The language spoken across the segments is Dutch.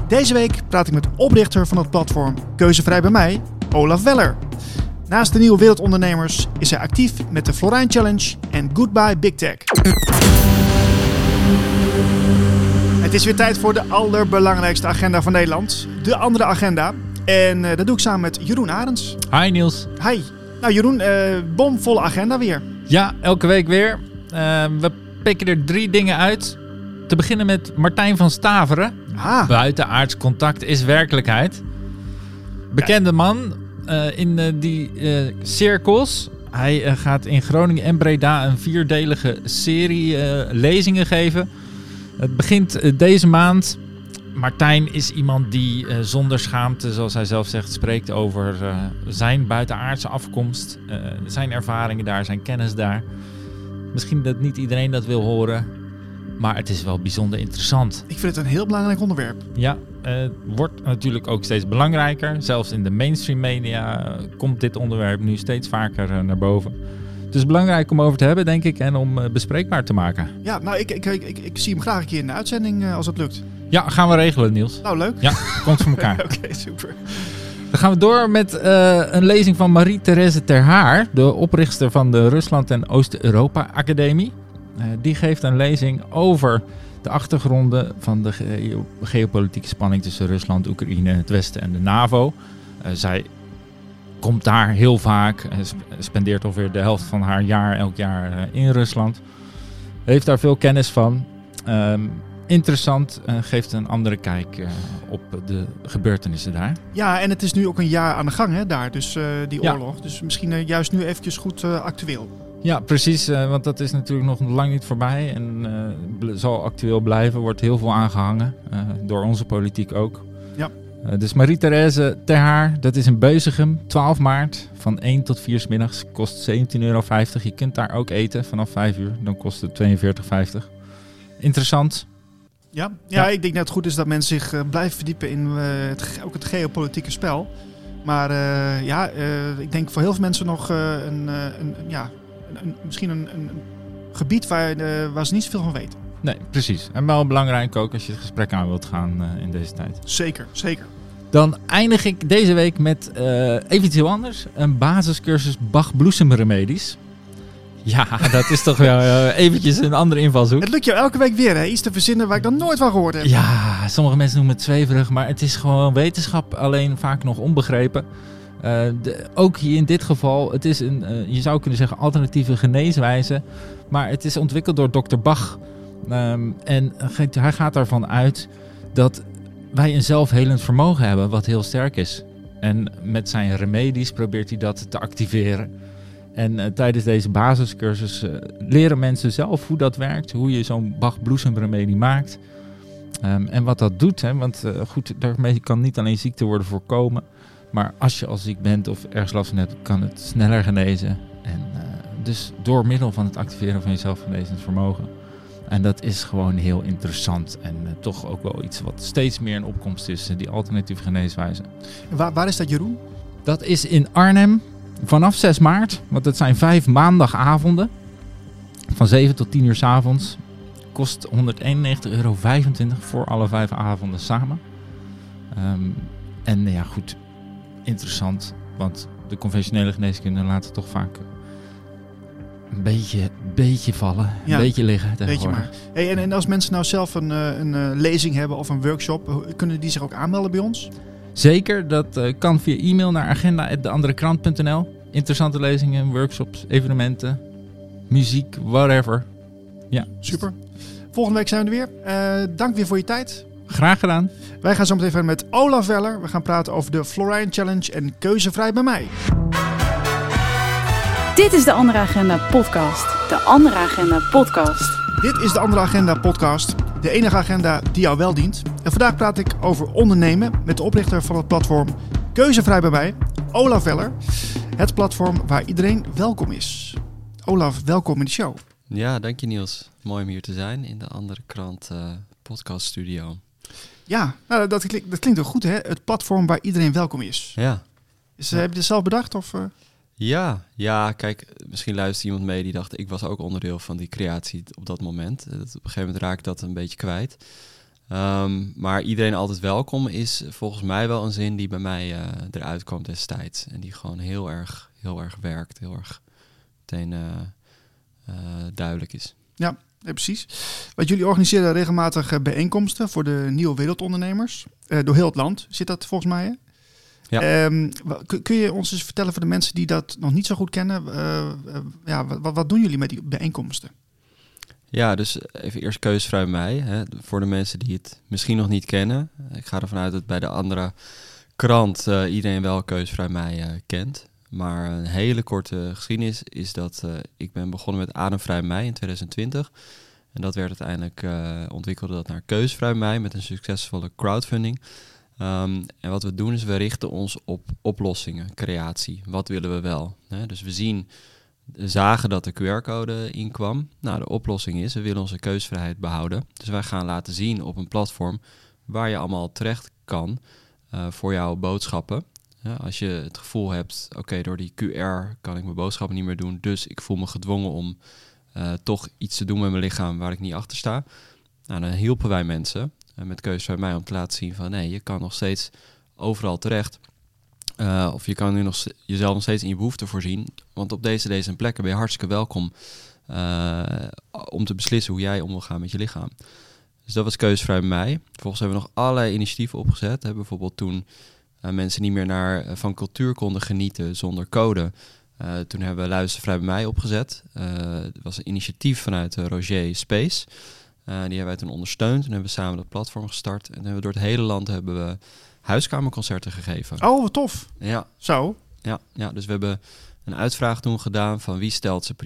Deze week praat ik met oprichter van het platform Keuzevrij bij mij, Olaf Weller. Naast de Nieuwe Wereldondernemers is hij actief met de Florijn Challenge en Goodbye Big Tech. Het is weer tijd voor de allerbelangrijkste agenda van Nederland, de andere agenda. En dat doe ik samen met Jeroen Arends. Hi Niels. Hi. Nou Jeroen, bomvolle agenda weer. Ja, elke week weer. We pikken er 3 dingen uit. Te beginnen met Martijn van Staveren. Buitenaards contact is werkelijkheid. Bekende man in die cirkels. Hij gaat in Groningen en Breda een 4-delige serie lezingen geven. Het begint deze maand. Martijn is iemand die zonder schaamte, zoals hij zelf zegt, spreekt over zijn buitenaardse afkomst. Zijn ervaringen daar, zijn kennis daar. Misschien dat niet iedereen dat wil horen, maar het is wel bijzonder interessant. Ik vind het een heel belangrijk onderwerp. Ja, wordt natuurlijk ook steeds belangrijker. Zelfs in de mainstream media komt dit onderwerp nu steeds vaker naar boven. Het is belangrijk om over te hebben, denk ik, en om bespreekbaar te maken. Ja, nou, ik zie hem graag een keer in de uitzending als het lukt. Ja, gaan we regelen, Niels. Nou, leuk. Ja, komt voor elkaar. Oké, super. Dan gaan we door met een lezing van Marie-Therese Ter Haar, de oprichter van de Rusland en Oost-Europa Academie. Die geeft een lezing over de achtergronden van de geopolitieke spanning tussen Rusland, Oekraïne, het Westen en de NAVO. Zij komt daar heel vaak, spendeert ongeveer de helft van haar jaar elk jaar in Rusland. Heeft daar veel kennis van. Interessant, geeft een andere kijk op de gebeurtenissen daar. Ja, en het is nu ook een jaar aan de gang, hè, daar, dus die oorlog. Dus misschien juist nu eventjes goed actueel. Ja, precies, want dat is natuurlijk nog lang niet voorbij en zal actueel blijven. Wordt heel veel aangehangen, door onze politiek ook. Ja. Dus Marie-Therese Ter Haar, dat is in Beuzegem, 12 maart, van 1 tot 4 's middags. Kost €17,50. Je kunt daar ook eten vanaf 5 uur, dan kost het €42,50. Interessant. Ja, ik denk dat het goed is dat mensen zich blijven verdiepen in ook het geopolitieke spel. Maar ik denk voor heel veel mensen nog misschien een gebied waar ze niet zoveel van weten. Nee, precies. En wel belangrijk ook als je het gesprek aan wilt gaan in deze tijd. Zeker, zeker. Dan eindig ik deze week met even iets heel anders. Een basiscursus Bach bloesemremedies. Ja, dat is toch wel eventjes een andere invalshoek. Het lukt jou elke week weer, hè? Iets te verzinnen waar ik dan nooit van gehoord heb. Ja, sommige mensen noemen het zweverig, maar het is gewoon wetenschap, alleen vaak nog onbegrepen. Ook hier in dit geval, het is je zou kunnen zeggen, alternatieve geneeswijze. Maar het is ontwikkeld door Dr. Bach. En hij gaat ervan uit dat wij een zelfhelend vermogen hebben, wat heel sterk is. En met zijn remedies probeert hij dat te activeren. En tijdens deze basiscursus leren mensen zelf hoe dat werkt. Hoe je zo'n Bach bloesemremedie maakt. En wat dat doet. Hè, want daarmee kan niet alleen ziekte worden voorkomen. Maar als je al ziek bent of ergens last van hebt, kan het sneller genezen. En dus door middel van het activeren van je zelfgenezend vermogen. En dat is gewoon heel interessant. En toch ook wel iets wat steeds meer in opkomst is. Die alternatieve geneeswijze. Waar is dat, Jeroen? Dat is in Arnhem. Vanaf 6 maart, want het zijn 5 maandagavonden. Van 7 tot 10 uur 's avonds. Kost €191,25 voor alle 5 avonden samen. En ja, goed. Interessant. Want de conventionele geneeskunde laat het toch vaak een beetje vallen. Ja, een beetje liggen. Beetje maar. Hey, en als mensen nou zelf een lezing hebben of een workshop, kunnen die zich ook aanmelden bij ons? Zeker, dat kan via e-mail naar agenda@deanderekrant.nl. Interessante lezingen, workshops, evenementen, muziek, whatever. Ja, super. Volgende week zijn we er weer. Dank weer voor je tijd. Graag gedaan. Wij gaan zo meteen verder met Olaf Weller. We gaan praten over de Florijn Challenge en Keuzevrij bij mij. Dit is de Andere Agenda podcast. De Andere Agenda podcast. Dit is de Andere Agenda podcast. De enige agenda die jou wel dient. En vandaag praat ik over ondernemen met de oprichter van het platform Keuzevrij bij mij, Olaf Weller. Het platform waar iedereen welkom is. Olaf, welkom in de show. Ja, dank je Niels. Mooi om hier te zijn in de Andere Krant podcaststudio. Ja, nou, dat klinkt wel goed, hè? Het platform waar iedereen welkom is. Ja. Heb je dit zelf bedacht? Of? Ja, kijk, misschien luistert iemand mee die dacht, ik was ook onderdeel van die creatie op dat moment. Op een gegeven moment raak ik dat een beetje kwijt. Maar iedereen altijd welkom is volgens mij wel een zin die bij mij eruit kwam destijds. En die gewoon heel erg werkt, heel erg meteen duidelijk is. Ja, precies. Want jullie organiseren regelmatig bijeenkomsten voor de nieuwe wereldondernemers. Door heel het land zit dat volgens mij, hè? Ja. Kun je ons eens vertellen voor de mensen die dat nog niet zo goed kennen, wat doen jullie met die bijeenkomsten? Ja, dus even eerst Keuzevrij mij. Hè, voor de mensen die het misschien nog niet kennen. Ik ga ervan uit dat bij de andere krant iedereen wel Keuzevrij mij kent. Maar een hele korte geschiedenis is dat ik ben begonnen met Ademvrij Mei in 2020. En dat werd uiteindelijk ontwikkelde dat naar Keuzevrij Mei met een succesvolle crowdfunding. En wat we doen is we richten ons op oplossingen, creatie. Wat willen we wel? Hè? Dus we zagen dat de QR-code inkwam. Nou, de oplossing is, we willen onze keuzevrijheid behouden. Dus wij gaan laten zien op een platform waar je allemaal terecht kan voor jouw boodschappen. Ja, als je het gevoel hebt, oké, door die QR kan ik mijn boodschappen niet meer doen, dus ik voel me gedwongen om toch iets te doen met mijn lichaam waar ik niet achter sta. Nou, dan hielpen wij mensen met Keuzevrij mij om te laten zien van nee, je kan nog steeds overal terecht. Of je kan nu jezelf nog steeds in je behoeften voorzien. Want op deze plekken ben je hartstikke welkom om te beslissen hoe jij om wil gaan met je lichaam. Dus dat was Keuzevrij Mei. Vervolgens hebben we nog allerlei initiatieven opgezet. Bijvoorbeeld toen mensen niet meer van cultuur konden genieten zonder code. Toen hebben we Luistervrij bij mij opgezet. Het was een initiatief vanuit Roger Space. Die hebben wij toen ondersteund. Toen hebben we samen dat platform gestart. En hebben we door het hele land huiskamerconcerten gegeven. Oh, wat tof. Ja. Zo. Ja, dus we hebben een uitvraag toen gedaan van wie stelt zijn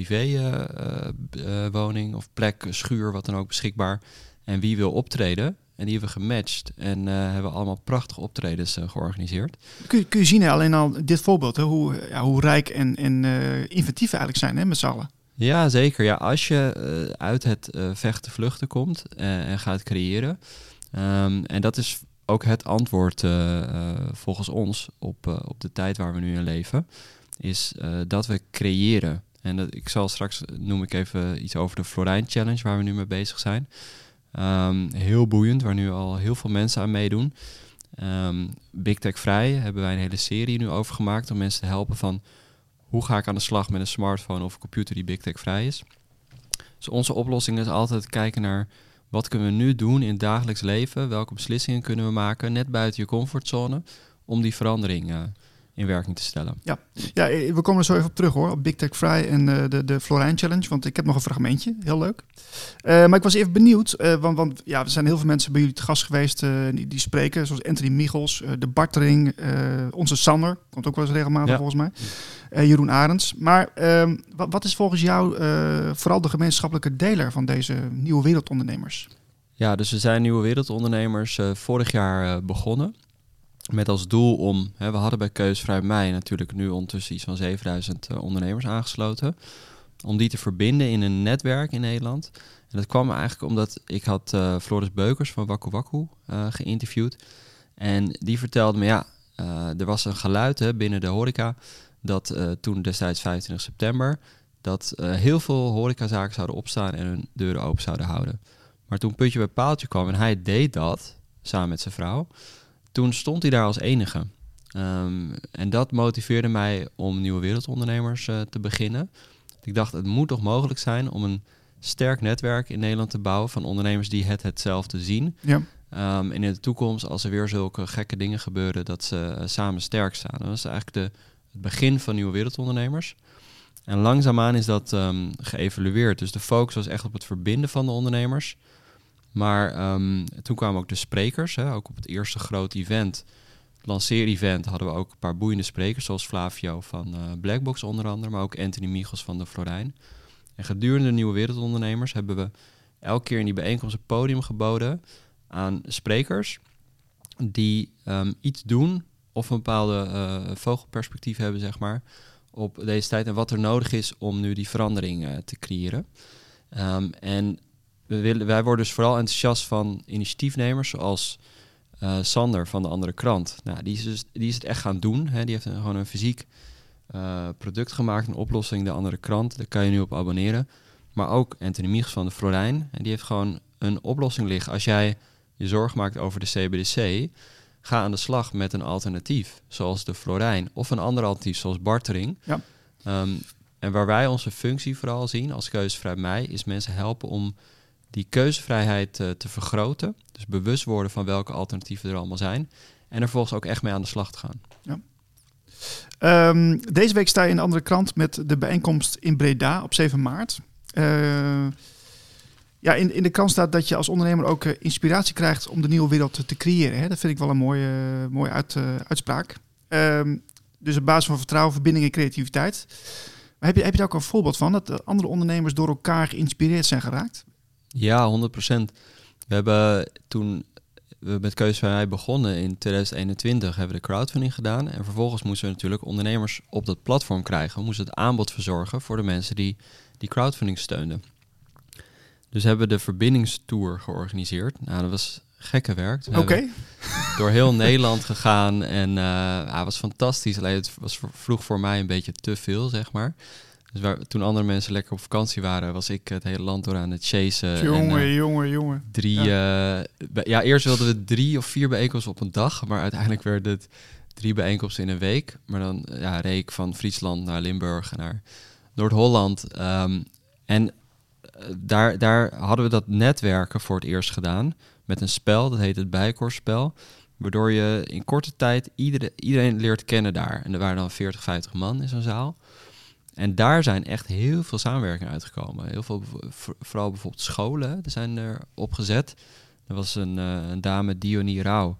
privéwoning of plek, schuur, wat dan ook beschikbaar. En wie wil optreden. En die hebben we gematcht en hebben allemaal prachtige optredens georganiseerd. Kun je zien, hè, alleen al dit voorbeeld, hè, hoe rijk en inventief we eigenlijk zijn, hè, met z'n allen. Ja, zeker. Ja, als je uit het vechten vluchten komt en gaat creëren. En dat is ook het antwoord volgens ons op de tijd waar we nu in leven. Is dat we creëren. En ik zal straks noem ik even iets over de Florijn Challenge waar we nu mee bezig zijn. Heel boeiend, waar nu al heel veel mensen aan meedoen. Big Tech Vrij hebben wij een hele serie nu over gemaakt om mensen te helpen van hoe ga ik aan de slag met een smartphone of een computer die Big Tech vrij is. Dus onze oplossing is altijd kijken naar wat kunnen we nu doen in het dagelijks leven, welke beslissingen kunnen we maken net buiten je comfortzone om die verandering in werking te stellen. Ja, we komen er zo even op terug hoor, op Big Tech Vrij en de Florijn Challenge, want ik heb nog een fragmentje, heel leuk. Maar ik was even benieuwd, want er zijn heel veel mensen bij jullie te gast geweest die spreken, zoals Anthony Michels, de Bartering, onze Sander, komt ook wel eens regelmatig volgens mij, Jeroen Arends. Maar wat is volgens jou vooral de gemeenschappelijke deler van deze nieuwe wereldondernemers? Ja, dus we zijn nieuwe wereldondernemers vorig jaar begonnen. Met als doel om, we hadden bij Keuzevrij Mei natuurlijk nu ondertussen iets van 7000 ondernemers aangesloten. Om die te verbinden in een netwerk in Nederland. En dat kwam eigenlijk omdat ik had Floris Beukers van Waku Waku geïnterviewd. En die vertelde me, er was een geluid binnen de horeca dat toen destijds 25 september... dat heel veel horecazaken zouden opstaan en hun deuren open zouden houden. Maar toen puntje bij paaltje kwam en hij deed dat, samen met zijn vrouw, toen stond hij daar als enige. En dat motiveerde mij om nieuwe wereldondernemers te beginnen. Ik dacht, het moet toch mogelijk zijn om een sterk netwerk in Nederland te bouwen van ondernemers die hetzelfde zien. Ja. En in de toekomst, als er weer zulke gekke dingen gebeuren, dat ze samen sterk staan. Dat is eigenlijk het begin van nieuwe wereldondernemers. En langzaamaan is dat geëvalueerd. Dus de focus was echt op het verbinden van de ondernemers. Maar toen kwamen ook de sprekers. Ook op het eerste grote event, het lanceer-event, hadden we ook een paar boeiende sprekers. Zoals Flavio van Blackbox onder andere, maar ook Anthony Michels van de Florijn. En gedurende de nieuwe wereldondernemers hebben we elke keer in die bijeenkomst een podium geboden aan sprekers die iets doen of een bepaalde vogelperspectief hebben, zeg maar, op deze tijd en wat er nodig is om nu die verandering te creëren. En wij worden dus vooral enthousiast van initiatiefnemers zoals Sander van de andere krant. Nou, die is het echt gaan doen. Hè. Die heeft gewoon een fysiek product gemaakt, een oplossing, de andere krant. Daar kan je nu op abonneren. Maar ook Anthony Michels van de Florijn. En die heeft gewoon een oplossing liggen. Als jij je zorgen maakt over de CBDC, ga aan de slag met een alternatief, zoals de Florijn, of een ander alternatief, zoals bartering. Ja. En waar wij onze functie vooral zien als Keuzevrij Mij, is mensen helpen om die keuzevrijheid te vergroten. Dus bewust worden van welke alternatieven er allemaal zijn. En er vervolgens ook echt mee aan de slag te gaan. Ja. Deze week sta je in de andere krant met de bijeenkomst in Breda op 7 maart. In de krant staat dat je als ondernemer ook inspiratie krijgt om de nieuwe wereld te creëren. Hè? Dat vind ik wel een mooie uitspraak. Dus op basis van vertrouwen, verbinding en creativiteit. Maar heb je daar ook een voorbeeld van? Dat andere ondernemers door elkaar geïnspireerd zijn geraakt? Ja, 100%. We hebben toen we met Keuzevrij Mij begonnen in 2021, hebben we de crowdfunding gedaan. En vervolgens moesten we natuurlijk ondernemers op dat platform krijgen. We moesten het aanbod verzorgen voor de mensen die crowdfunding steunden. Dus hebben we de verbindingstour georganiseerd. Nou, dat was gekke werk. Oké. Door heel Nederland gegaan en het was fantastisch. Alleen het vroeg voor mij een beetje te veel, zeg maar. Dus toen andere mensen lekker op vakantie waren, was ik het hele land door aan het chasen. Jongen. Eerst wilden we 3 of 4 bijeenkomsten op een dag, maar uiteindelijk werden het 3 bijeenkomsten in een week. Maar dan reed ik van Friesland naar Limburg en naar Noord-Holland. Daar hadden we dat netwerken voor het eerst gedaan met een spel, dat heet het Bijenkorfspel. Waardoor je in korte tijd iedereen leert kennen daar. En er waren dan 40, 50 man in zo'n zaal. En daar zijn echt heel veel samenwerkingen uitgekomen. Heel veel, vooral bijvoorbeeld scholen, er zijn er opgezet. Er was een dame, Dionie Rauw.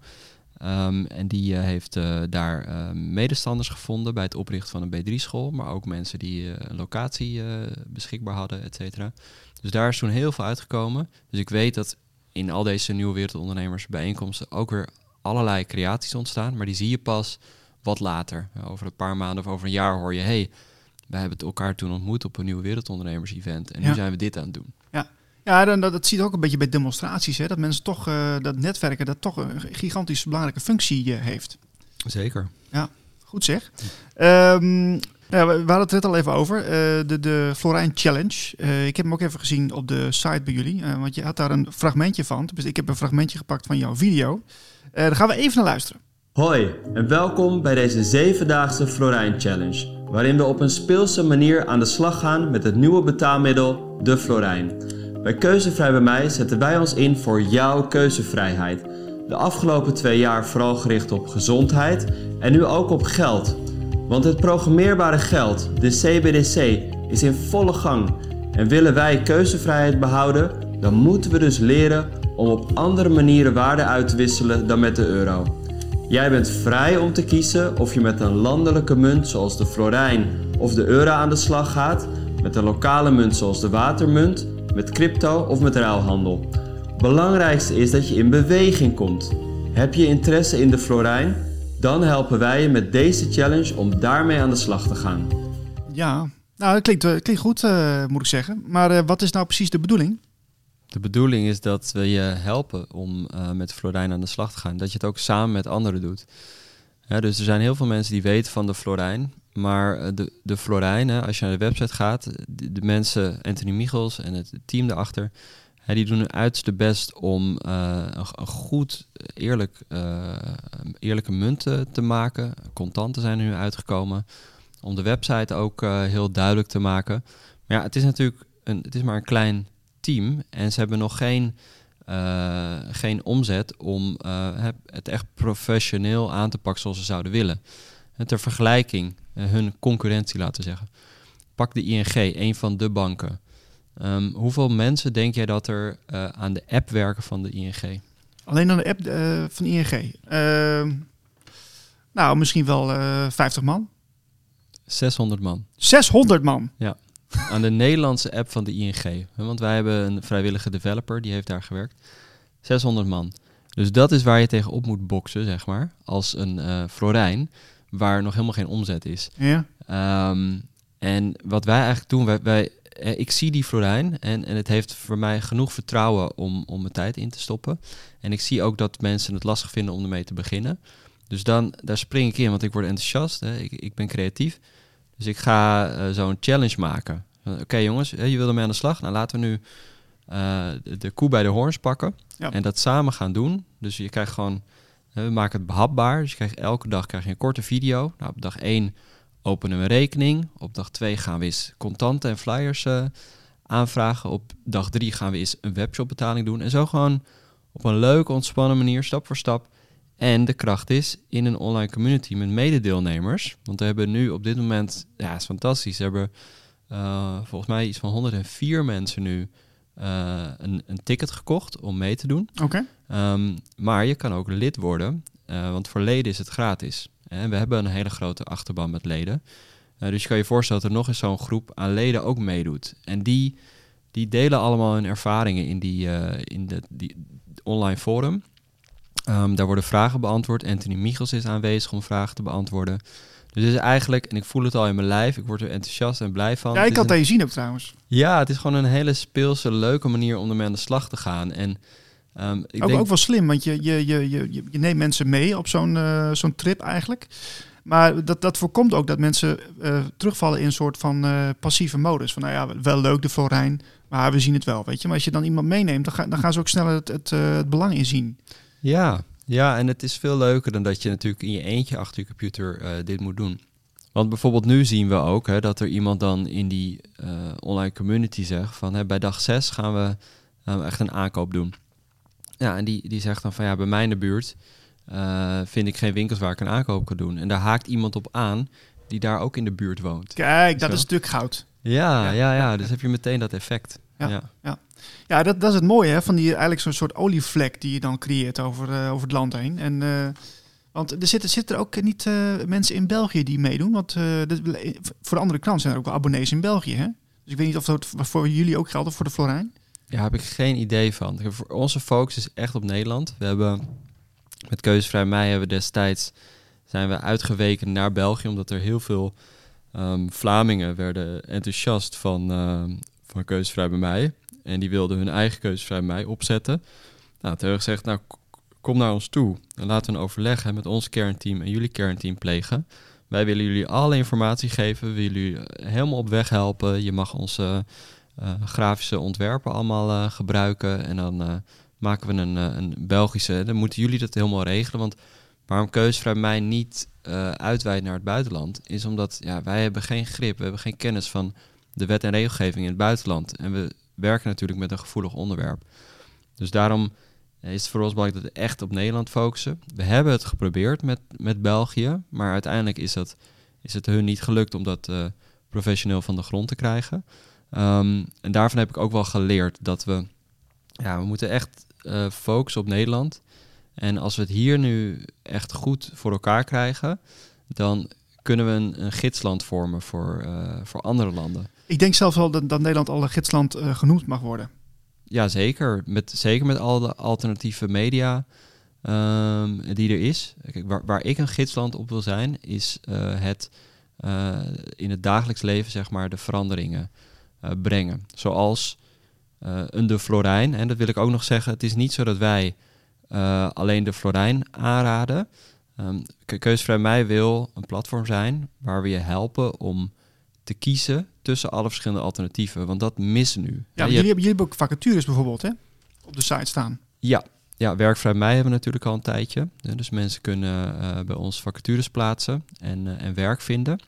En die heeft daar medestanders gevonden bij het oprichten van een B3-school. Maar ook mensen die een locatie beschikbaar hadden, et cetera. Dus daar is toen heel veel uitgekomen. Dus ik weet dat in al deze Nieuwe Wereldondernemers bijeenkomsten ook weer allerlei creaties ontstaan. Maar die zie je pas wat later. Over een paar maanden of over een jaar hoor je, hey, wij hebben elkaar toen ontmoet op een Nieuwe Wereldondernemers event. En nu zijn we dit aan het doen. Ja, dat zie je ook een beetje bij demonstraties. Hè? Dat mensen toch, dat netwerken, dat toch een gigantisch belangrijke functie heeft. Zeker. Ja, goed zeg. We hadden het net al even over. De Florijn Challenge. Ik heb hem ook even gezien op de site bij jullie. Want je had daar een fragmentje van. Dus ik heb een fragmentje gepakt van jouw video. Daar gaan we even naar luisteren. Hoi en welkom bij deze 7-daagse Florijn Challenge. Waarin we op een speelse manier aan de slag gaan met het nieuwe betaalmiddel, de Florijn. Bij Keuzevrij bij Mij zetten wij ons in voor jouw keuzevrijheid. De afgelopen 2 jaar vooral gericht op gezondheid en nu ook op geld. Want het programmeerbare geld, de CBDC, is in volle gang. En willen wij keuzevrijheid behouden, dan moeten we dus leren om op andere manieren waarde uit te wisselen dan met de euro. Jij bent vrij om te kiezen of je met een landelijke munt zoals de Florijn of de euro aan de slag gaat, met een lokale munt zoals de watermunt, met crypto of met ruilhandel. Belangrijkste is dat je in beweging komt. Heb je interesse in de Florijn? Dan helpen wij je met deze challenge om daarmee aan de slag te gaan. Ja, nou dat klinkt goed moet ik zeggen. Maar wat is nou precies de bedoeling? De bedoeling is dat we je helpen om met Florijn aan de slag te gaan. Dat je het ook samen met anderen doet. Ja, dus er zijn heel veel mensen die weten van de Florijn. Maar de Florijn, als je naar de website gaat, de mensen, Anthony Michels en het team daarachter, die doen hun uiterste best om een goed, eerlijke munt te maken. Contanten zijn er nu uitgekomen. Om de website ook heel duidelijk te maken. Maar ja, het is natuurlijk het is maar een klein team en ze hebben nog geen omzet om het echt professioneel aan te pakken zoals ze zouden willen. En ter vergelijking, hun concurrentie laten we zeggen. Pak de ING, een van de banken. Hoeveel mensen denk jij dat er aan de app werken van de ING? Alleen aan de app van de ING? Misschien wel 50 man. 600 man. 600 man? Ja. Aan de Nederlandse app van de ING. Want wij hebben een vrijwillige developer, die heeft daar gewerkt. 600 man. Dus dat is waar je tegenop moet boksen, zeg maar. Als een Florijn, waar nog helemaal geen omzet is. Ja. En wat wij eigenlijk doen, ik zie die Florijn en het heeft voor mij genoeg vertrouwen om mijn tijd in te stoppen. En ik zie ook dat mensen het lastig vinden om ermee te beginnen. Dus daar spring ik in, want ik word enthousiast. Hè. Ik ben creatief. Dus ik ga zo'n challenge maken. Oké, jongens, je wil ermee aan de slag. Nou, laten we nu de koe bij de hoorns pakken. Ja. En dat samen gaan doen. Dus je krijgt gewoon... we maken het behapbaar. Dus elke dag krijg je een korte video. Nou, op dag 1 openen we een rekening. Op dag 2 gaan we eens contanten en flyers aanvragen. Op dag 3 gaan we eens een webshopbetaling doen. En zo gewoon op een leuke, ontspannen manier, stap voor stap. En de kracht is in een online community met mededeelnemers. Want we hebben nu op dit moment... Ja, het is fantastisch. We hebben volgens mij iets van 104 mensen nu een ticket gekocht om mee te doen. Oké. Maar je kan ook lid worden, want voor leden is het gratis. En we hebben een hele grote achterban met leden. Dus je kan je voorstellen dat er nog eens zo'n groep aan leden ook meedoet. En die delen allemaal hun ervaringen in die online forum. Daar worden vragen beantwoord. Anthony Michels is aanwezig om vragen te beantwoorden. Dus het is eigenlijk, en ik voel het al in mijn lijf, ik word er enthousiast en blij van. Ja, ik had dat je zien ook trouwens. Ja, het is gewoon een hele speelse, leuke manier om ermee aan de slag te gaan. En ik denk... ook wel slim, want je neemt mensen mee op zo'n trip eigenlijk. Maar dat voorkomt ook dat mensen terugvallen in een soort van passieve modus. Van nou ja, wel leuk de Florijn, maar we zien het wel, weet je. Maar als je dan iemand meeneemt, dan gaan ze ook sneller het belang in zien. Ja, en het is veel leuker dan dat je natuurlijk in je eentje achter je computer dit moet doen. Want bijvoorbeeld nu zien we ook dat er iemand dan in die online community zegt van bij dag 6 gaan we echt een aankoop doen. Ja, en die zegt dan van ja, bij mij in de buurt vind ik geen winkels waar ik een aankoop kan doen. En daar haakt iemand op aan die daar ook in de buurt woont. Kijk, dat is natuurlijk goud. Ja, dus heb je meteen dat effect. Ja, dat is het mooie hè, van die eigenlijk zo'n soort olievlek die je dan creëert over het land heen. En want er zitten ook niet mensen in België die meedoen. Want voor de andere krant zijn er ook wel abonnees in België. Hè? Dus ik weet niet of dat voor jullie ook geldt of voor de Florijn. Ja, heb ik geen idee van. Voor onze focus is echt op Nederland. We hebben met Keuzevrij Mei hebben we destijds zijn we uitgeweken naar België, omdat er heel veel Vlamingen werden enthousiast van Keuzevrij bij mij. En die wilden hun eigen Keuzevrij Mei opzetten. Nou, toen hebben we gezegd, nou, kom naar ons toe. En laten we een overleg met ons kernteam en jullie kernteam plegen. Wij willen jullie alle informatie geven. We willen jullie helemaal op weg helpen. Je mag onze grafische ontwerpen allemaal gebruiken. En dan maken we een Belgische. Dan moeten jullie dat helemaal regelen. Want waarom Keuzevrij Mei niet uitweidt naar het buitenland, is omdat wij hebben geen grip. We hebben geen kennis van de wet en regelgeving in het buitenland. En we werken natuurlijk met een gevoelig onderwerp. Dus daarom is het voor ons belangrijk dat we echt op Nederland focussen. We hebben het geprobeerd met België, maar uiteindelijk is het hun niet gelukt om dat professioneel van de grond te krijgen. En daarvan heb ik ook wel geleerd dat we moeten echt focussen op Nederland. En als we het hier nu echt goed voor elkaar krijgen, dan kunnen we een gidsland vormen voor andere landen. Ik denk zelfs wel dat Nederland al een gidsland genoemd mag worden. Ja, zeker. Zeker met al de alternatieve media die er is. Kijk, waar ik een gidsland op wil zijn, is in het dagelijks leven zeg maar de veranderingen brengen. Zoals de Florijn. En dat wil ik ook nog zeggen. Het is niet zo dat wij alleen de Florijn aanraden. Keuzevrij Mei wil een platform zijn waar we je helpen om te kiezen tussen alle verschillende alternatieven. Want dat missen nu. Ja, jullie hebben ook vacatures bijvoorbeeld hè? Op de site staan. Ja, Werkvrij Mei hebben we natuurlijk al een tijdje. Dus mensen kunnen bij ons vacatures plaatsen en werk vinden.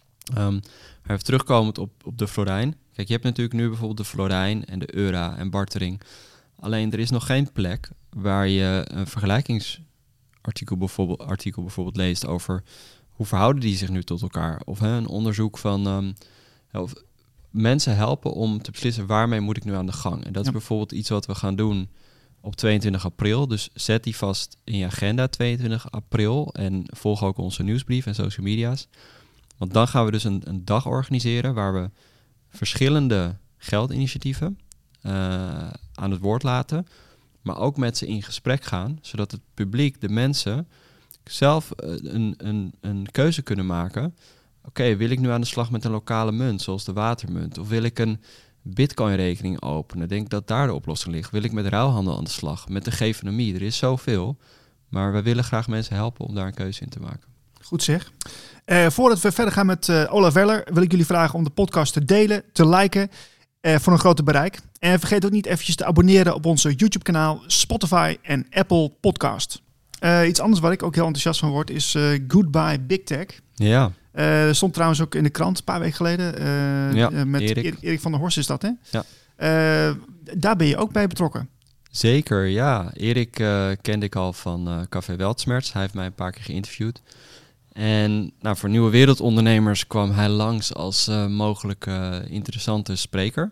Even terugkomend op de Florijn. Kijk, je hebt natuurlijk nu bijvoorbeeld de Florijn en de Eura en bartering. Alleen er is nog geen plek waar je een vergelijkingsartikel bijvoorbeeld leest over hoe verhouden die zich nu tot elkaar. Of een onderzoek van of mensen helpen om te beslissen waarmee moet ik nu aan de gang. En dat is bijvoorbeeld iets wat we gaan doen op 22 april. Dus zet die vast in je agenda 22 april en volg ook onze nieuwsbrief en social media's. Want dan gaan we dus een dag organiseren waar we verschillende geldinitiatieven aan het woord laten, maar ook met ze in gesprek gaan, zodat het publiek, de mensen, zelf een keuze kunnen maken. Oké, wil ik nu aan de slag met een lokale munt, zoals de watermunt? Of wil ik een Bitcoin-rekening openen? Denk dat daar de oplossing ligt. Wil ik met ruilhandel aan de slag? Met de geonomie? Er is zoveel. Maar we willen graag mensen helpen om daar een keuze in te maken. Goed zeg. Voordat we verder gaan met Olaf Weller, wil ik jullie vragen om de podcast te delen, te liken voor een groter bereik. En vergeet ook niet eventjes te abonneren op onze YouTube-kanaal, Spotify en Apple Podcast. Iets anders waar ik ook heel enthousiast van word is Goodbye Big Tech. Ja. Er stond trouwens ook in de krant een paar weken geleden. Met Erik van der Horst is dat, hè? Ja. Daar ben je ook bij betrokken. Zeker, ja. Erik kende ik al van Café Weltschmerz. Hij heeft mij een paar keer geïnterviewd. En voor Nieuwe Wereldondernemers kwam hij langs als mogelijk interessante spreker.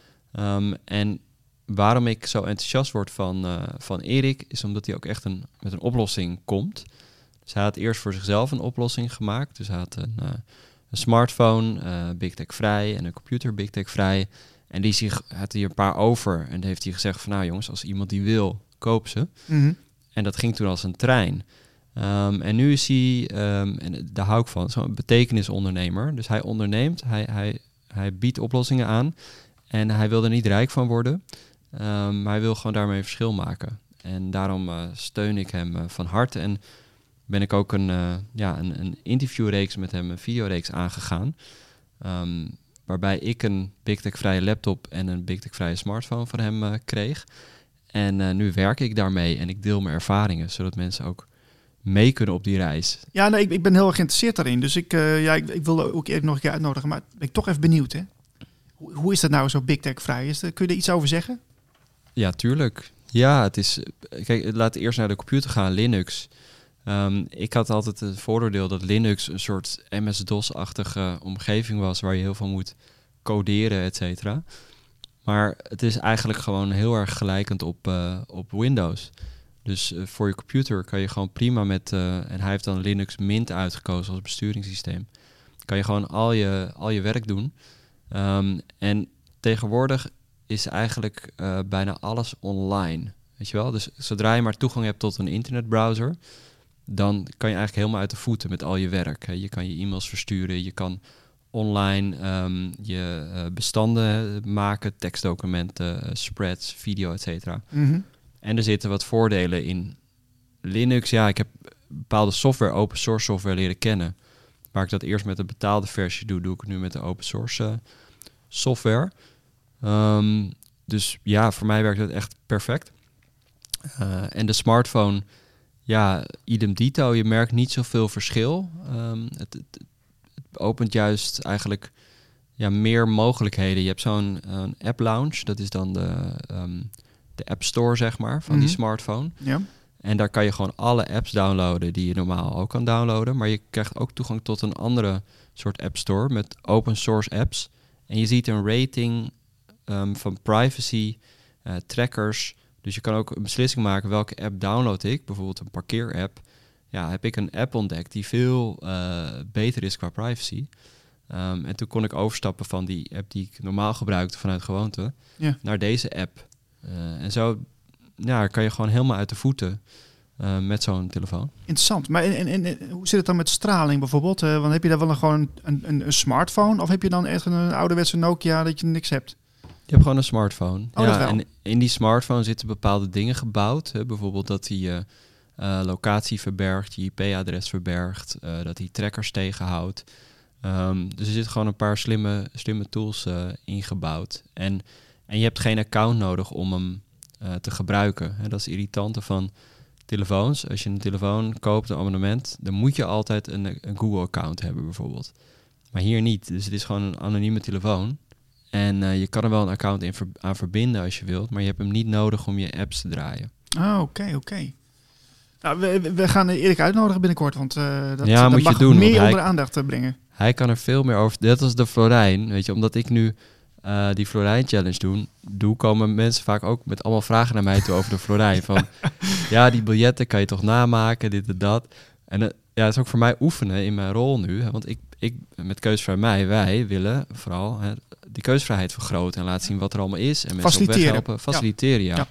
En waarom ik zo enthousiast word van Erik, is omdat hij ook echt met een oplossing komt. Dus hij had eerst voor zichzelf een oplossing gemaakt. Dus hij had een smartphone, Big Tech vrij, en een computer Big Tech vrij. En die had hij een paar over. En heeft hij gezegd van, jongens, als iemand die wil, koop ze. Mm-hmm. En dat ging toen als een trein. En nu is hij, en daar hou ik van, zo'n betekenisondernemer. Dus hij onderneemt, hij biedt oplossingen aan. En hij wil er niet rijk van worden. Maar hij wil gewoon daarmee een verschil maken. En daarom steun ik hem van harte. En ben ik ook een interviewreeks met hem, een videoreeks aangegaan. Waarbij ik een Big Tech vrije laptop en een Big Tech vrije smartphone van hem kreeg. En nu werk ik daarmee en ik deel mijn ervaringen, zodat mensen ook mee kunnen op die reis. Ja, nee, ik ben heel erg geïnteresseerd daarin. Dus ik wilde ook Erik nog een keer uitnodigen, maar ben ik toch even benieuwd, hè? Hoe is dat nou zo Big Tech vrij? Kun je er iets over zeggen? Ja, tuurlijk. Ja, het is... Kijk, laten we eerst naar de computer gaan, Linux. Ik had altijd het vooroordeel dat Linux een soort MS-DOS-achtige omgeving was, waar je heel veel moet coderen, et cetera. Maar het is eigenlijk gewoon heel erg gelijkend op Windows. Dus voor je computer kan je gewoon prima met... en hij heeft dan Linux Mint uitgekozen als besturingssysteem. Kan je gewoon al je werk doen. En tegenwoordig is eigenlijk bijna alles online. Weet je wel? Dus zodra je maar toegang hebt tot een internetbrowser, dan kan je eigenlijk helemaal uit de voeten met al je werk. Je kan je e-mails versturen, je kan online je bestanden maken, tekstdocumenten, spreads, video, et cetera. Mm-hmm. En er zitten wat voordelen in Linux. Ja, ik heb bepaalde software, open source software leren kennen. Waar ik dat eerst met de betaalde versie doe ik het nu met de open source software. Dus ja, voor mij werkt het echt perfect. En de smartphone, ja, idem dito. Je merkt niet zoveel verschil. Het opent juist eigenlijk meer mogelijkheden. Je hebt zo'n app launch. Dat is dan de App Store, zeg maar, van die smartphone. Ja. En daar kan je gewoon alle apps downloaden die je normaal ook kan downloaden. Maar je krijgt ook toegang tot een andere soort App Store met open source apps. En je ziet een rating van privacy, trackers. Dus je kan ook een beslissing maken welke app download ik. Bijvoorbeeld een parkeerapp. Ja, heb ik een app ontdekt die veel beter is qua privacy. En toen kon ik overstappen van die app die ik normaal gebruikte vanuit gewoonte naar deze app. En zo kan je gewoon helemaal uit de voeten met zo'n telefoon. Interessant. Maar en hoe zit het dan met straling bijvoorbeeld? Want heb je daar wel gewoon een smartphone? Of heb je dan echt een ouderwetse Nokia dat je niks hebt? Je hebt gewoon een smartphone. Ja, en in die smartphone zitten bepaalde dingen gebouwd. Hè? Bijvoorbeeld dat hij je locatie verbergt, je IP-adres verbergt, dat hij trackers tegenhoudt. Dus er zitten gewoon een paar slimme tools ingebouwd. En je hebt geen account nodig om hem te gebruiken. Hè? Dat is het irritante van telefoons. Als je een telefoon koopt, een abonnement, dan moet je altijd een Google-account hebben bijvoorbeeld. Maar hier niet. Dus het is gewoon een anonieme telefoon. En je kan er wel een account aan verbinden als je wilt, maar je hebt hem niet nodig om je apps te draaien. Ah, oké. Nou, we gaan Erik uitnodigen binnenkort, want dat moet mag je doen, meer onder aandacht brengen. Hij kan er veel meer over. Net als de Florijn, weet je, omdat ik nu die Florijn Challenge doe, komen mensen vaak ook met allemaal vragen naar mij toe over de Florijn. Van, ja, die biljetten kan je toch namaken, dit en dat. En het is ook voor mij oefenen in mijn rol nu. Hè, want ik met Keuzevrij Mij, wij willen vooral de keuzevrijheid vergroten en laten zien wat er allemaal is. En mensen op weg helpen. Faciliteren, ja.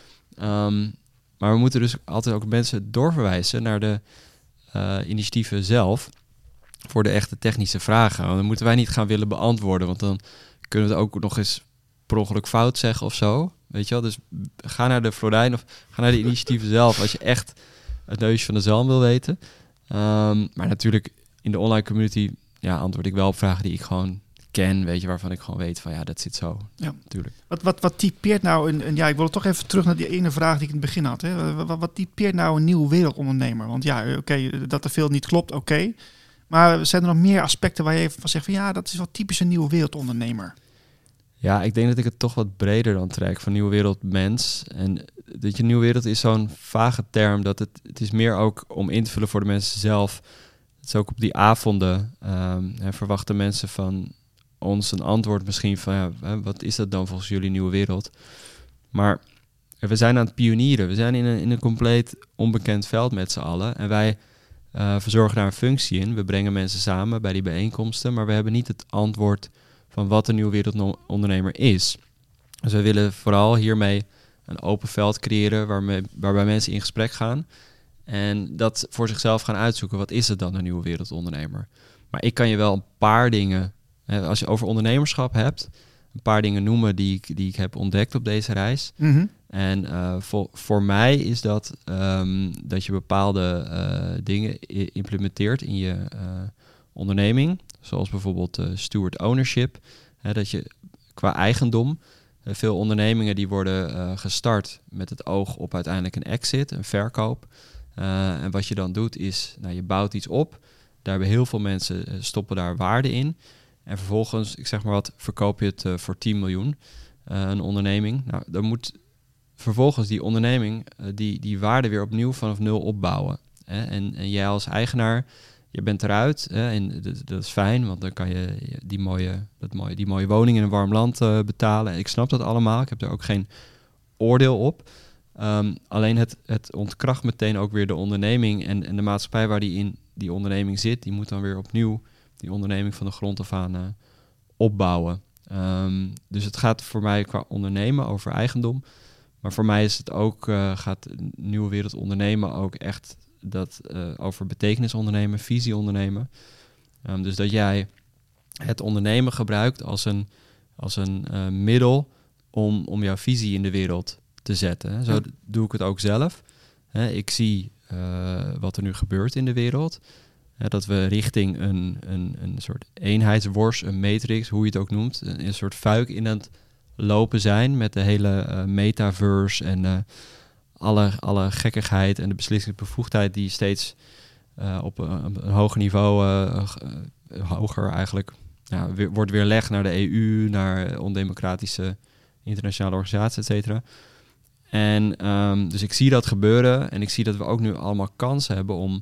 Maar we moeten dus altijd ook mensen doorverwijzen naar de initiatieven zelf voor de echte technische vragen. Want dan moeten wij niet gaan willen beantwoorden, want dan kunnen we het ook nog eens per ongeluk fout zeggen of zo. Weet je wel? Dus ga naar de Florijn of ga naar de initiatieven zelf als je echt het neusje van de zalm wil weten. Maar natuurlijk in de online community antwoord ik wel op vragen die ik gewoon ken, weet je, waarvan ik gewoon weet van ja, dat zit zo. Ja. Natuurlijk. Wat typeert nou ik wil toch even terug naar die ene vraag die ik in het begin had. Hè. Wat typeert nou een nieuwe wereldondernemer? Want ja, oké, dat er veel niet klopt, oké. Maar zijn er nog meer aspecten waar je even van zegt van ja, dat is wel typisch een nieuwe wereldondernemer? Ja, ik denk dat ik het toch wat breder dan trek van nieuwe wereldmens. En dat je nieuwe wereld is zo'n vage term dat het is meer ook om in te vullen voor de mensen zelf. Het is ook op die avonden verwachten mensen van ons een antwoord misschien van ja, wat is dat dan volgens jullie nieuwe wereld? Maar we zijn aan het pionieren. We zijn in een compleet onbekend veld met z'n allen. En wij verzorgen daar een functie in. We brengen mensen samen bij die bijeenkomsten, maar we hebben niet het antwoord van wat een nieuwe wereldondernemer is. Dus we willen vooral hiermee een open veld creëren waarbij mensen in gesprek gaan en dat voor zichzelf gaan uitzoeken. Wat is het dan, een nieuwe wereldondernemer? Maar ik kan je wel een paar dingen, als je over ondernemerschap hebt, een paar dingen noemen die ik heb ontdekt op deze reis. Mm-hmm. En voor mij is dat je bepaalde dingen implementeert in je onderneming. Zoals bijvoorbeeld steward ownership. Dat je qua eigendom, veel ondernemingen die worden gestart met het oog op uiteindelijk een exit, een verkoop. En wat je dan doet is, je bouwt iets op. Daar hebben heel veel mensen stoppen daar waarde in. En vervolgens, ik zeg maar wat, verkoop je het voor 10 miljoen, een onderneming. Nou, dan moet vervolgens die onderneming die waarde weer opnieuw vanaf nul opbouwen. En jij als eigenaar, je bent eruit en dat is fijn, want dan kan je die mooie woning in een warm land betalen. Ik snap dat allemaal, ik heb er ook geen oordeel op. Alleen het ontkracht meteen ook weer de onderneming en de maatschappij waar die in die onderneming zit. Die moet dan weer opnieuw die onderneming van de grond af aan opbouwen. Dus het gaat voor mij qua ondernemen over eigendom. Maar voor mij is het ook, gaat Nieuwe Wereld ondernemen ook echt over betekenis ondernemen, visie ondernemen. Dus dat jij het ondernemen gebruikt als een middel om jouw visie in de wereld te zetten. Zo doe ik het ook zelf. Ik zie wat er nu gebeurt in de wereld. Dat we richting een soort eenheidsworst, een matrix, hoe je het ook noemt, een soort fuik in het lopen zijn met de hele metaverse en alle gekkigheid en de beslissingsbevoegdheid die steeds op een hoger niveau, hoger eigenlijk, wordt weerlegd naar de EU, naar ondemocratische internationale organisaties, et cetera. En dus ik zie dat gebeuren en ik zie dat we ook nu allemaal kansen hebben om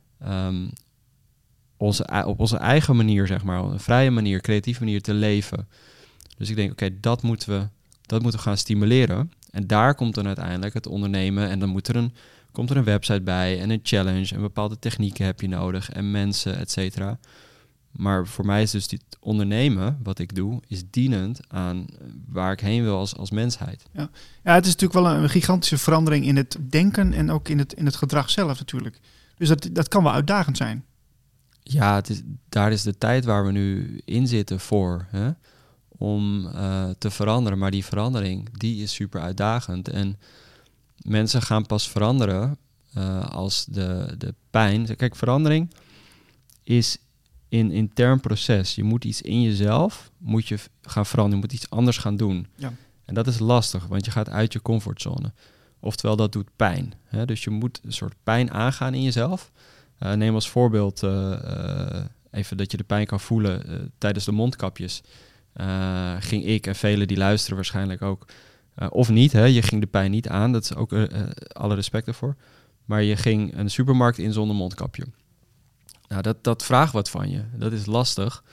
op onze eigen manier, zeg maar, een vrije manier, creatieve manier te leven. Dus ik denk, oké, dat moeten we gaan stimuleren. En daar komt dan uiteindelijk het ondernemen en dan komt er een website bij en een challenge en bepaalde technieken heb je nodig en mensen, et cetera. Maar voor mij is dus dit ondernemen, wat ik doe, is dienend aan waar ik heen wil als mensheid. Ja, het is natuurlijk wel een gigantische verandering in het denken en ook in het gedrag zelf natuurlijk. Dus dat kan wel uitdagend zijn. Ja, daar is de tijd waar we nu in zitten voor, om te veranderen. Maar die verandering, die is super uitdagend. En mensen gaan pas veranderen als de pijn... Kijk, verandering is een intern proces. Je moet iets in jezelf gaan veranderen. Je moet iets anders gaan doen. Ja. En dat is lastig, want je gaat uit je comfortzone. Oftewel, dat doet pijn. Dus je moet een soort pijn aangaan in jezelf. Neem als voorbeeld even dat je de pijn kan voelen tijdens de mondkapjes. Ging ik en velen die luisteren waarschijnlijk ook, of niet, je ging de pijn niet aan, dat is ook alle respect ervoor. Maar je ging een supermarkt in zonder mondkapje. Nou, dat vraagt wat van je. Dat is lastig.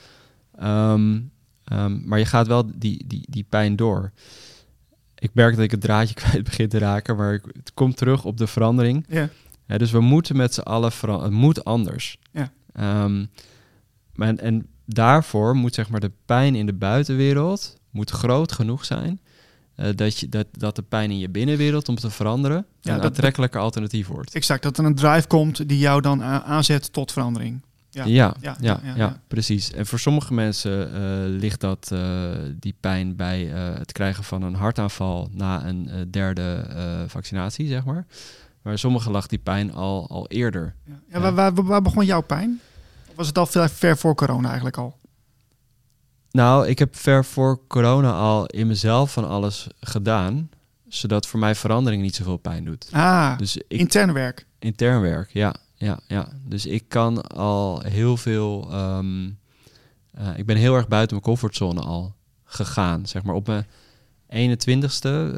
Maar je gaat wel die pijn door. Ik merk dat ik het draadje kwijt begin te raken, maar het komt terug op de verandering. Ja. Dus we moeten met z'n allen veranderen. Het moet anders. Ja. En daarvoor moet, zeg maar, de pijn in de buitenwereld moet groot genoeg zijn dat de pijn in je binnenwereld om te veranderen een aantrekkelijker alternatief wordt. Exact, dat er een drive komt die jou dan aanzet tot verandering. Ja, precies. En voor sommige mensen ligt dat die pijn bij het krijgen van een hartaanval na een derde vaccinatie, zeg maar. Maar sommigen lag die pijn al eerder. Ja, waar begon jouw pijn? Of was het al ver voor corona eigenlijk al? Nou, ik heb ver voor corona al in mezelf van alles gedaan, zodat voor mij verandering niet zoveel pijn doet. Dus intern werk. Intern werk, ja. Dus ik kan al heel veel... ik ben heel erg buiten mijn comfortzone al gegaan. Zeg maar op mijn 21ste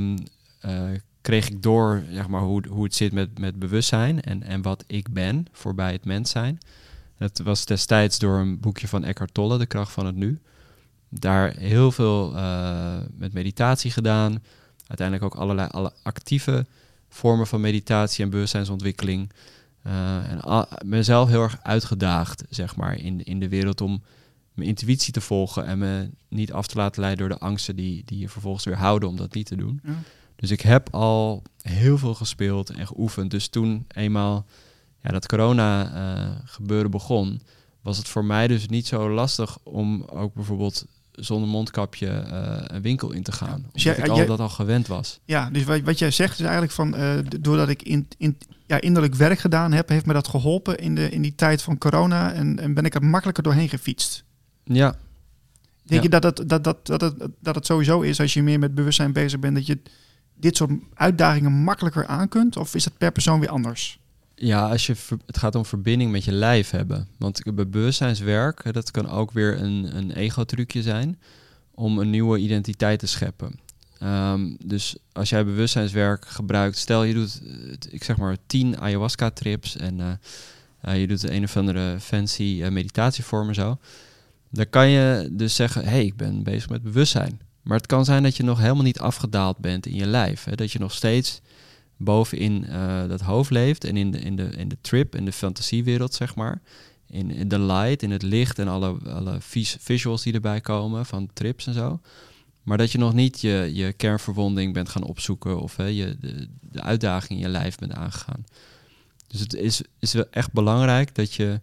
kreeg ik door, zeg maar, hoe het zit met bewustzijn en wat ik ben voorbij het mens zijn. Dat was destijds door een boekje van Eckhart Tolle, De Kracht van het Nu. Daar heel veel met meditatie gedaan. Uiteindelijk ook alle actieve vormen van meditatie en bewustzijnsontwikkeling. En mezelf heel erg uitgedaagd, zeg maar, in de wereld om mijn intuïtie te volgen en me niet af te laten leiden door de angsten die je vervolgens weer houden om dat niet te doen. Ja. Dus ik heb al heel veel gespeeld en geoefend. Dus toen eenmaal dat corona gebeuren begon, was het voor mij dus niet zo lastig om ook bijvoorbeeld zonder mondkapje een winkel in te gaan. Dus omdat ik dat al gewend was. Ja, dus wat jij zegt is eigenlijk van doordat ik innerlijk werk gedaan heb, heeft me dat geholpen in die tijd van corona en ben ik er makkelijker doorheen gefietst. Ja. Denk je dat het sowieso is als je meer met bewustzijn bezig bent, dat je dit soort uitdagingen makkelijker aan kunt? Of is dat per persoon weer anders? Ja, het gaat om verbinding met je lijf hebben. Want bij bewustzijnswerk, dat kan ook weer een ego-trucje zijn om een nieuwe identiteit te scheppen. Dus als jij bewustzijnswerk gebruikt, stel je doet, ik zeg maar 10 ayahuasca-trips en je doet een of andere fancy meditatievorm en zo. Dan kan je dus zeggen, hey, ik ben bezig met bewustzijn. Maar het kan zijn dat je nog helemaal niet afgedaald bent in je lijf. Hè? Dat je nog steeds bovenin dat hoofd leeft en in de trip, in de fantasiewereld, zeg maar. In de light, in het licht en alle visuals die erbij komen van trips en zo. Maar dat je nog niet je kernverwonding bent gaan opzoeken of de uitdaging in je lijf bent aangegaan. Dus het is wel echt belangrijk dat je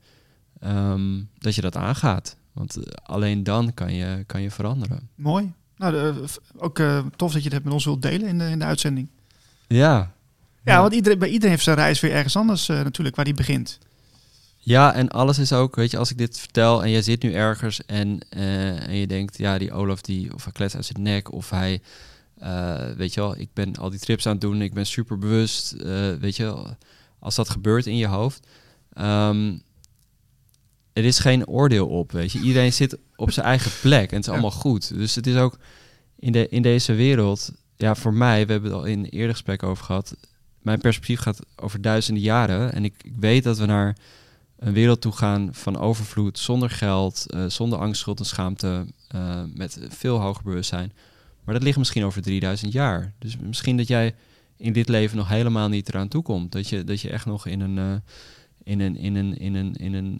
dat aangaat. Want alleen dan kan je veranderen. Mooi. Nou, ook tof dat je het met ons wilt delen in de uitzending. Ja. Ja, want iedereen heeft zijn reis weer ergens anders natuurlijk, waar die begint. Ja, en alles is ook, weet je, als ik dit vertel en jij zit nu ergens en je denkt, ja, die Olaf, of hij klets uit zijn nek, of hij, weet je wel, ik ben al die trips aan het doen, ik ben super bewust, weet je wel, als dat gebeurt in je hoofd, er is geen oordeel op, weet je. Iedereen zit op zijn eigen plek en het is allemaal goed. Dus het is ook in deze wereld, ja, voor mij, we hebben het al in een eerder gesprek over gehad, mijn perspectief gaat over duizenden jaren en ik weet dat we naar een wereld toe gaan van overvloed, zonder geld, zonder angst, schuld en schaamte, met veel hoger bewustzijn. Maar dat ligt misschien over 3000 jaar. Dus misschien dat jij in dit leven nog helemaal niet eraan toe komt. Dat je echt nog in een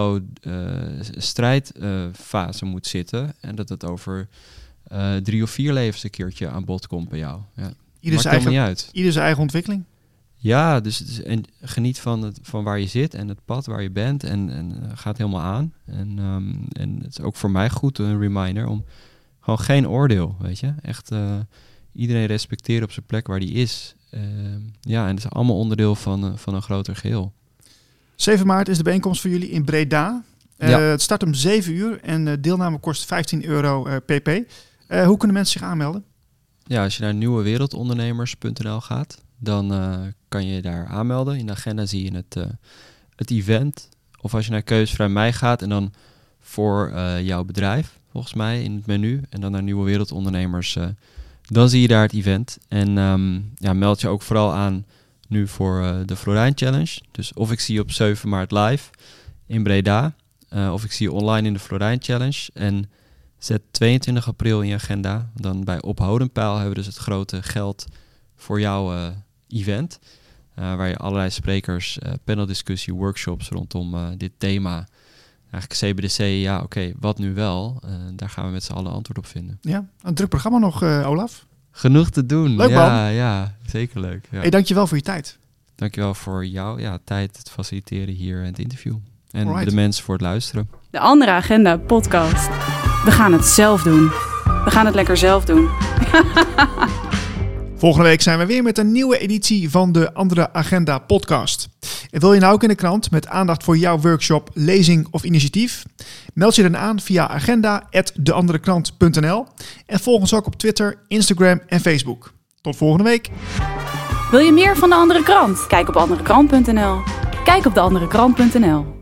ego-strijdfase moet zitten. En dat het over 3 of 4 levens een keertje aan bod komt bij jou. Ja. Ieder zijn eigen ontwikkeling. Ja, dus en geniet van waar je zit en het pad waar je bent en gaat helemaal aan. En het is ook voor mij goed een reminder om gewoon geen oordeel, weet je. Echt iedereen respecteren op zijn plek waar die is. Ja, en het is allemaal onderdeel van een groter geheel. 7 maart is de bijeenkomst voor jullie in Breda. Het start om 7 uur en deelname kost €15 pp. Hoe kunnen mensen zich aanmelden? Ja, als je naar nieuwewereldondernemers.nl gaat, dan kan je daar aanmelden. In de agenda zie je het event. Of als je naar Keuzevrij Mij gaat en dan voor jouw bedrijf, volgens mij, in het menu. En dan naar Nieuwe Wereldondernemers, dan zie je daar het event. En meld je ook vooral aan nu voor de Florijn Challenge. Dus of ik zie je op 7 maart live in Breda, of ik zie je online in de Florijn Challenge. En zet 22 april in je agenda. Dan bij Op Hodenpijl hebben we dus het grote geld voor jouw event. Waar je allerlei sprekers, paneldiscussie, workshops rondom dit thema. Eigenlijk CBDC, wat nu wel? Daar gaan we met z'n allen antwoord op vinden. Ja, een druk programma nog, Olaf. Genoeg te doen. Leuk man. Ja, zeker leuk. Ja. Hey, dankjewel voor je tijd. Dankjewel voor jouw tijd, het faciliteren hier en het interview. En de mensen voor het luisteren. De Andere Agenda podcast. We gaan het zelf doen. We gaan het lekker zelf doen. Volgende week zijn we weer met een nieuwe editie van de Andere Agenda podcast. En wil je nou ook in de krant met aandacht voor jouw workshop, lezing of initiatief? Meld je dan aan via agenda@deanderekrant.nl en volg ons ook op Twitter, Instagram en Facebook. Tot volgende week. Wil je meer van De Andere Krant? Kijk op anderekrant.nl. Kijk op deanderekrant.nl.